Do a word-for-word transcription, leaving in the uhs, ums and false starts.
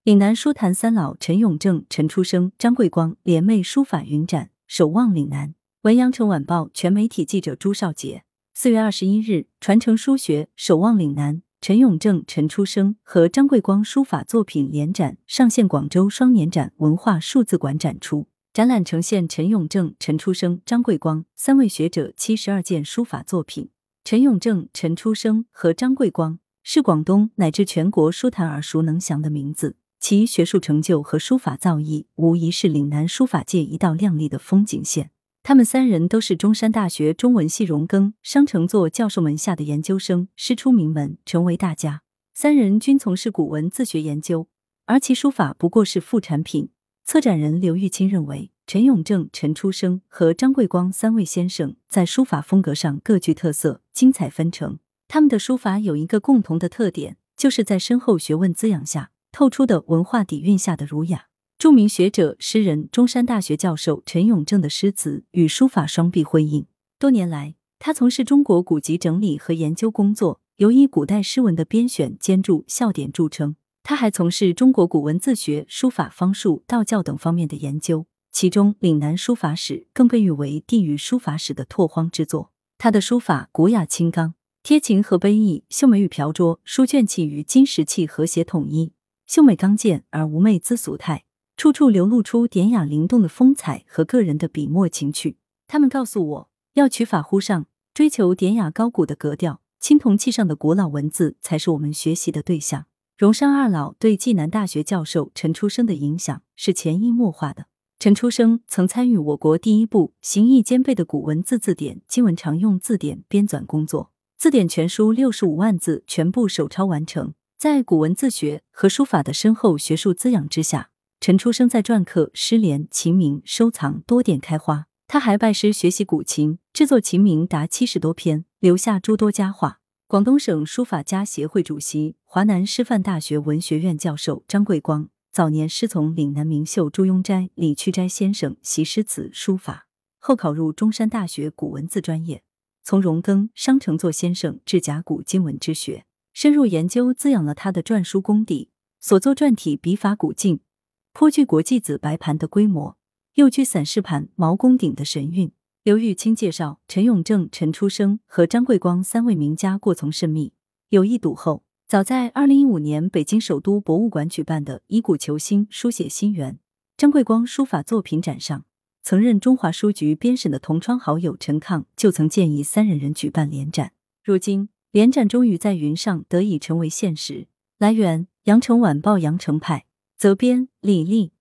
岭南书坛三老陈永正、陈初生、张桂光联袂书法云展，守望岭南。文阳城晚报全媒体记者朱少杰。四月二十一日，传承书学，守望岭南。陈永正、陈初生和张桂光书法作品联展上线广州双年展文化数字馆展出。展览呈现陈永正、陈初生、张桂光三位学者七十二件书法作品。陈永正、陈初生和张桂光是广东乃至全国书坛耳熟能详的名字，其学术成就和书法造诣无疑是岭南书法界一道亮丽的风景线。他们三人都是中山大学中文系荣庚、商承作教授门下的研究生，师出名门，成为大家。三人均从事古文字学研究，而其书法不过是副产品。策展人刘玉清认为，陈永正、陈初生和张桂光三位先生在书法风格上各具特色，精彩纷呈。他们的书法有一个共同的特点，就是在深厚学问滋养下透出的文化底蕴下的儒雅。著名学者、诗人、中山大学教授陈永正的诗词与书法双璧辉映。多年来，他从事中国古籍整理和研究工作，尤以古代诗文的编选、兼注、校点著称。他还从事中国古文字学、书法、方术、道教等方面的研究，其中岭南书法史更被誉为地域书法史的拓荒之作。他的书法古雅清刚，贴情和悲意，秀美与瓢拙，书卷气与金石气和谐统一，秀美刚健而无媚姿俗态，处处流露出典雅灵动的风采和个人的笔墨情趣。他们告诉我，要取法乎上，追求典雅高古的格调，青铜器上的古老文字才是我们学习的对象。荣商二老对暨南大学教授陈初生的影响是潜移默化的。陈初生曾参与我国第一部形意兼备的古文字字典《今文常用字典》编纂工作，字典全书六十五万字全部手抄完成。在古文字学和书法的深厚学术滋养之下，陈初生在篆刻、诗联、琴名收藏多点开花。他还拜师学习古琴，制作琴名达七十多篇，留下诸多佳话。广东省书法家协会主席、华南师范大学文学院教授张桂光早年师从岭南名秀朱庸斋、李屈斋先生习诗词书法，后考入中山大学古文字专业，从荣庚、商承作先生至甲骨今文之学，深入研究滋养了他的篆书功底，所作篆体笔法古劲，颇具国际子白盘的规模，又具散氏盘、毛公鼎的神韵。刘玉清介绍，陈永正、陈初生和张桂光三位名家过从甚密，友谊笃厚。早在二零一五年北京首都博物馆举办的以古求新书写新源张桂光书法作品展上，曾任中华书局编审的同窗好友陈抗就曾建议三人人举办联展。如今联展终于在云上得以成为现实。来源：羊城晚报羊城派，责编：李丽。